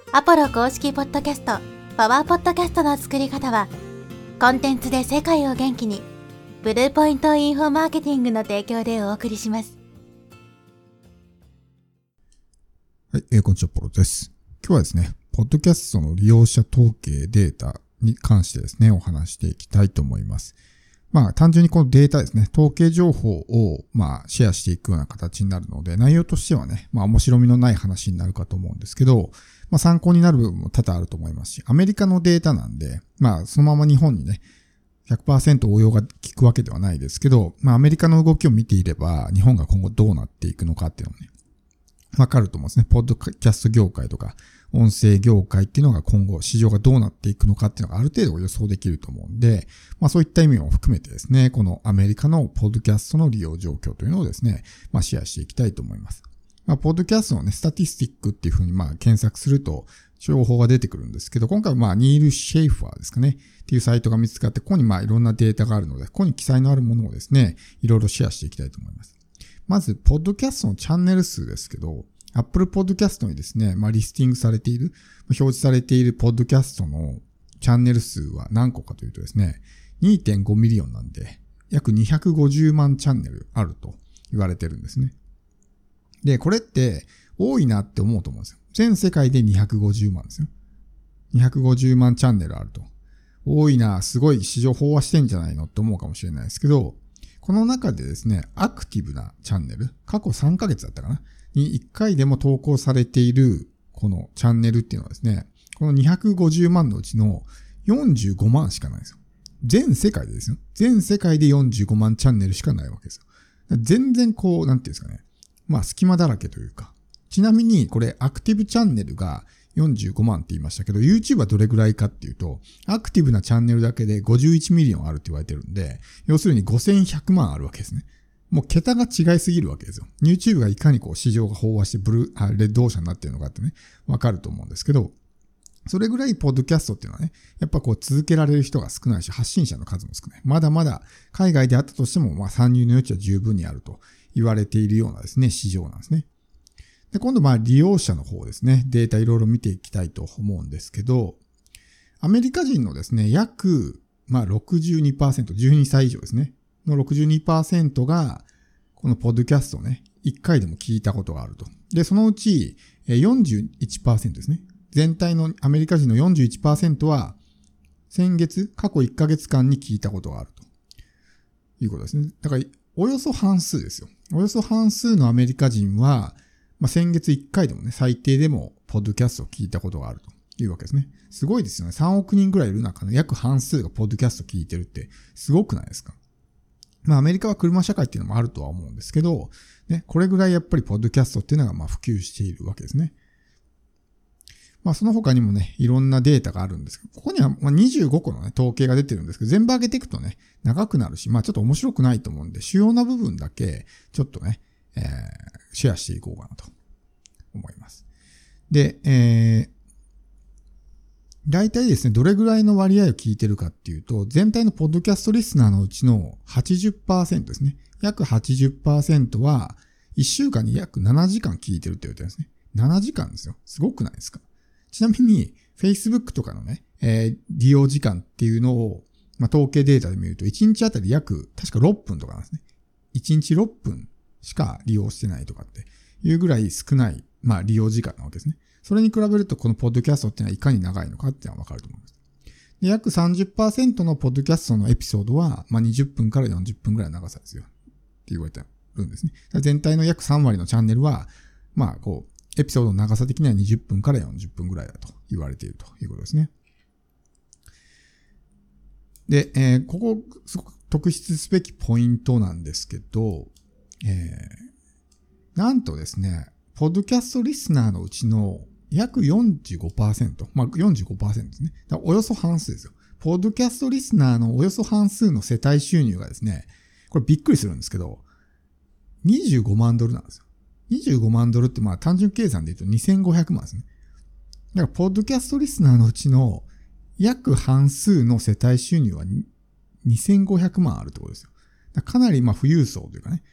アポロ公式ポッドキャスト、パワーポッドキャストの作り方は、コンテンツで世界を元気に、ブルーポイントインフォマーケティングの提供でお送りします。 はい、こんにちは、ポロです。今日はですね、ポッドキャストの利用者統計データに関してですね、お話していきたいと思います。単純にこのデータですね、統計情報をシェアしていくような形になるので、内容としてはね、面白みのない話になるかと思うんですけど、参考になる部分も多々あると思いますし、アメリカのデータなんで、そのまま日本にね、100% 応用が効くわけではないですけど、アメリカの動きを見ていれば、日本が今後どうなっていくのかっていうのもね、わかると思うんですね。ポッドキャスト業界とか、音声業界っていうのが今後市場がどうなっていくのかっていうのがある程度予想できると思うんで、そういった意味も含めてですね、このアメリカのポッドキャストの利用状況というのをですね、シェアしていきたいと思います。ポッドキャストのね、スタティスティックっていう風に検索すると情報が出てくるんですけど、今回はニール・シェイファーですかね、っていうサイトが見つかって、ここにいろんなデータがあるので、ここに記載のあるものをですね、いろいろシェアしていきたいと思います。まず、ポッドキャストのチャンネル数ですけど、Apple Podcast にですね、リスティングされている、表示されているポッドキャストのチャンネル数は何個かというとですね、2.5 ミリオンなんで、約250万チャンネルあると言われてるんですね。で、これって多いなって思うと思うんですよ。全世界で250万ですよ。250万チャンネルあると。多いな、すごい市場飽和してんじゃないのって思うかもしれないですけど、この中でですね、アクティブなチャンネル、過去3ヶ月だったかなに1回でも投稿されているこのチャンネルっていうのはですね、この250万のうちの45万しかないんですよ。全世界でですよ。全世界で45万チャンネルしかないわけですよ。全然なんていうんですかね。隙間だらけというか。ちなみにこれアクティブチャンネルが45万って言いましたけど、YouTube はどれぐらいかっていうと、アクティブなチャンネルだけで51ミリオンあるって言われてるんで、要するに5100万あるわけですね。もう桁が違いすぎるわけですよ。YouTube がいかに市場が飽和してレッドオーシャンになってるのかってね、わかると思うんですけど、それぐらいポッドキャストっていうのはね、やっぱ続けられる人が少ないし、発信者の数も少ない。まだまだ海外であったとしても、参入の余地は十分にあると言われているようなですね、市場なんですね。で、今度利用者の方ですね、データいろいろ見ていきたいと思うんですけど、アメリカ人のですね、約、62%、12歳以上ですね、の 62% が、このポッドキャストをね、1回でも聞いたことがあると。で、そのうち 41% ですね。全体のアメリカ人の 41% は、過去1ヶ月間に聞いたことがあるということですね。だから、およそ半数ですよ。およそ半数のアメリカ人は、先月1回でもね、最低でも、ポッドキャストを聞いたことがあるというわけですね。すごいですよね。3億人ぐらいいる中の約半数がポッドキャストを聞いてるって、すごくないですか？アメリカは車社会っていうのもあるとは思うんですけど、ね、これぐらいやっぱりポッドキャストっていうのが普及しているわけですね。その他にもね、いろんなデータがあるんですけど、ここには25個のね、統計が出てるんですけど、全部上げていくとね、長くなるし、ちょっと面白くないと思うんで、主要な部分だけ、ちょっとね、シェアしていこうかなと思います。で、大体ですね、どれぐらいの割合を聞いてるかっていうと、全体のポッドキャストリスナーのうちの 80% ですね。約 80% は、1週間に約7時間聞いてるって言われてるんですね。7時間ですよ。すごくないですか？ちなみに、Facebook とかのね、利用時間っていうのを、統計データで見ると、1日あたり確か6分とかなんですね。1日6分しか利用してないとかっていうぐらい少ない、利用時間なわけですね。それに比べるとこのポッドキャストっていうのはいかに長いのかっていうのはわかると思います。で、約 30% のポッドキャストのエピソードは、20分から40分ぐらいの長さですよ。って言われてるんですね。全体の約3割のチャンネルは、エピソードの長さ的には20分から40分ぐらいだと言われているということですね。で、ここ、すごく特筆すべきポイントなんですけど、なんとですね、ポッドキャストリスナーのうちの約 45%、45% ですね。およそ半数ですよ。ポッドキャストリスナーのおよそ半数の世帯収入がですね、これびっくりするんですけど、25万ドルなんですよ。25万ドルって単純計算で言うと2500万ですね。だから、ポッドキャストリスナーのうちの約半数の世帯収入は2500万あるってことですよ。かなり富裕層というかね、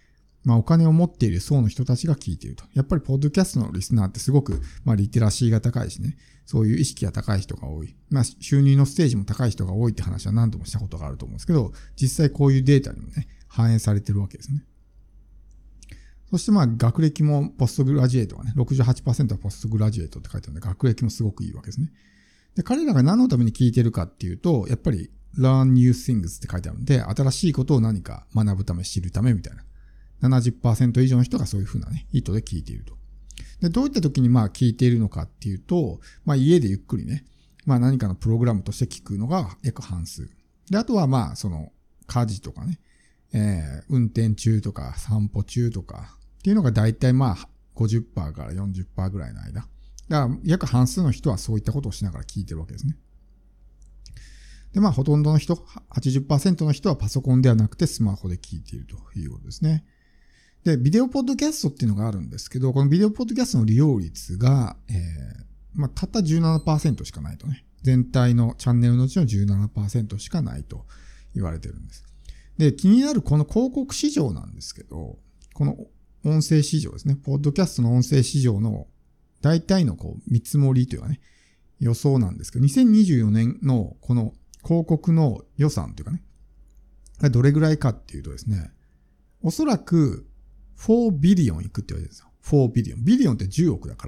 お金を持っている層の人たちが聞いていると。やっぱりポッドキャストのリスナーってすごく、リテラシーが高いしね、そういう意識が高い人が多い。収入のステージも高い人が多いって話は何度もしたことがあると思うんですけど、実際こういうデータにもね、反映されてるわけですね。そして学歴もポストグラジュエートがね、68% はポストグラジュエートって書いてあるので、学歴もすごくいいわけですね。で、彼らが何のために聞いてるかっていうと、やっぱり learn new things って書いてあるので、新しいことを何か学ぶため、知るためみたいな。70% 以上の人がそういうふうなね、意図で聞いていると。で、どういった時に聞いているのかっていうと、家でゆっくりね、何かのプログラムとして聞くのが約半数。で、あとは家事とかね、運転中とか散歩中とかっていうのがだいたい50% から 40% ぐらいの間。だから約半数の人はそういったことをしながら聞いてるわけですね。で、ほとんどの人、80% の人はパソコンではなくてスマホで聞いているということですね。で、ビデオポッドキャストっていうのがあるんですけど、このビデオポッドキャストの利用率が、たった 17% しかないとね。全体のチャンネルのうちの 17% しかないと言われてるんです。で、気になるこの広告市場なんですけど、この音声市場ですね。ポッドキャストの音声市場の大体の見積もりというかね、予想なんですけど、2024年のこの広告の予算というかね、どれぐらいかっていうとですね、おそらく4ビリオンいくって言われてるんですよ。4ビリオン。ビリオンって10億だから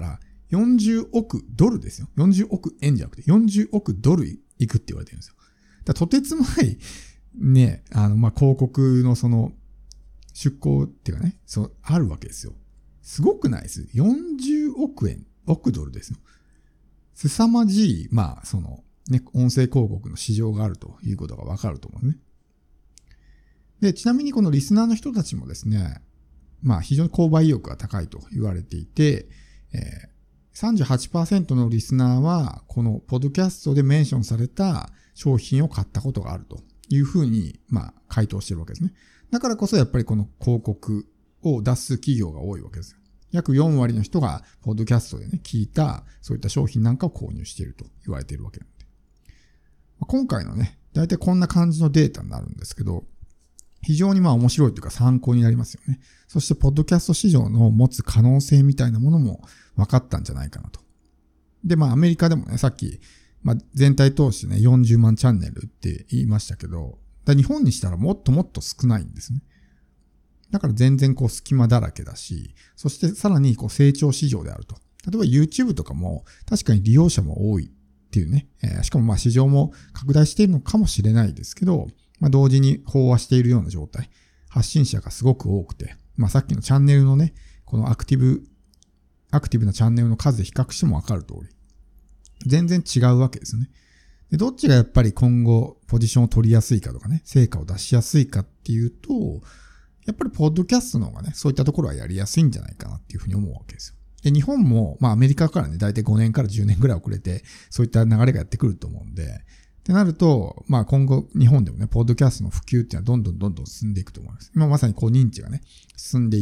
、40億ドルですよ。40億円じゃなくて、40億ドルいくって言われてるんですよ。とてつもないね、広告の出向っていうかね、あるわけですよ。すごくないです。40億円、億ドルですよ。凄まじい、音声広告の市場があるということがわかると思うね。で、ちなみにこのリスナーの人たちもですね、非常に購買意欲が高いと言われていて、38% のリスナーは、このポッドキャストでメンションされた商品を買ったことがあるというふうに、回答してるわけですね。だからこそやっぱりこの広告を出す企業が多いわけですよ。約4割の人が、ポッドキャストでね、聞いた、そういった商品なんかを購入していると言われているわけなんで。今回のね、だいたいこんな感じのデータになるんですけど、非常に面白いというか参考になりますよね。そして、ポッドキャスト市場の持つ可能性みたいなものも分かったんじゃないかなと。で、アメリカでもね、さっき、全体通してね、40万チャンネルって言いましたけど、日本にしたらもっともっと少ないんですね。だから全然隙間だらけだし、そしてさらに成長市場であると。例えば YouTube とかも確かに利用者も多いっていうね、しかも市場も拡大しているのかもしれないですけど、同時に飽和しているような状態。発信者がすごく多くて、さっきのチャンネルのね、このアクティブなチャンネルの数で比較してもわかる通り、全然違うわけですね。で、どっちがやっぱり今後ポジションを取りやすいかとかね、成果を出しやすいかっていうと、やっぱりポッドキャストの方がね、そういったところはやりやすいんじゃないかなっていうふうに思うわけですよ。で、日本も、アメリカからね、だいたい5年から10年ぐらい遅れて、そういった流れがやってくると思うんで、ってなると、今後日本でもね、ポッドキャストの普及っていうのはどんどん進んでいくと思います。今まさに認知がね、進んでいって、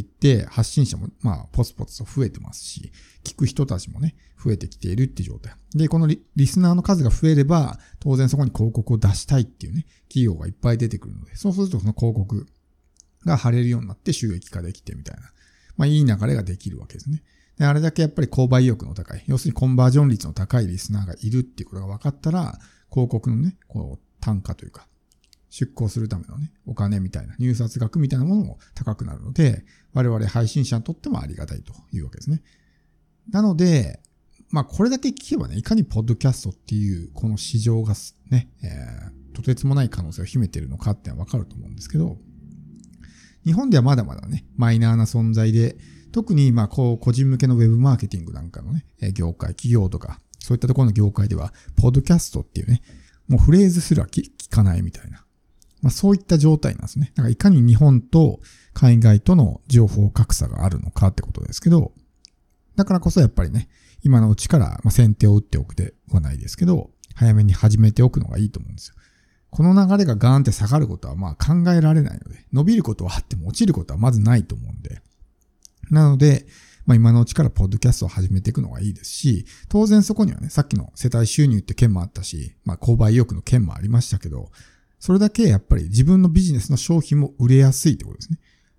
発信者もポツポツと増えてますし、聞く人たちもね、増えてきているっていう状態。で、このリスナーの数が増えれば、当然そこに広告を出したいっていうね、企業がいっぱい出てくるので、そうするとその広告が貼れるようになって収益化できてみたいな、いい流れができるわけですね。で、あれだけやっぱり購買意欲の高い、要するにコンバージョン率の高いリスナーがいるっていうことが分かったら、広告のね、単価というか、出稿するためのね、お金みたいな、入札額みたいなものも高くなるので、我々配信者にとってもありがたいというわけですね。なので、これだけ聞けばね、いかにポッドキャストっていうこの市場がね、とてつもない可能性を秘めているのかっていうのはわかると思うんですけど、日本ではまだまだね、マイナーな存在で、特に個人向けのウェブマーケティングなんかのね、業界、企業とか、そういったところの業界では、ポッドキャストっていうね、もうフレーズすら聞かないみたいな。そういった状態なんですね。だからいかに日本と海外との情報格差があるのかってことですけど、だからこそやっぱりね、今のうちから先手を打っておくではないですけど、早めに始めておくのがいいと思うんですよ。この流れがガーンって下がることは考えられないので、伸びることはあっても落ちることはまずないと思うんで。なので、今のうちからポッドキャストを始めていくのがいいですし、当然そこにはね、さっきの世帯収入って件もあったし、購買意欲の件もありましたけど、それだけやっぱり自分のビジネスの商品も売れやすいってことですね。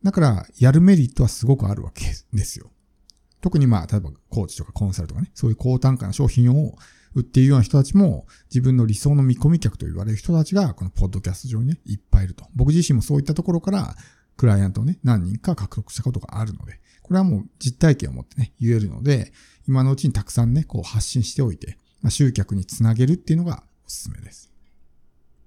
だから、やるメリットはすごくあるわけですよ。特に例えばコーチとかコンサルとかね、そういう高単価な商品を売っているような人たちも、自分の理想の見込み客と言われる人たちが、このポッドキャスト上にね、いっぱいいると。僕自身もそういったところから、クライアントをね、何人か獲得したことがあるので、これはもう実体験を持ってね、言えるので、今のうちにたくさんね、発信しておいて、集客につなげるっていうのがおすすめです。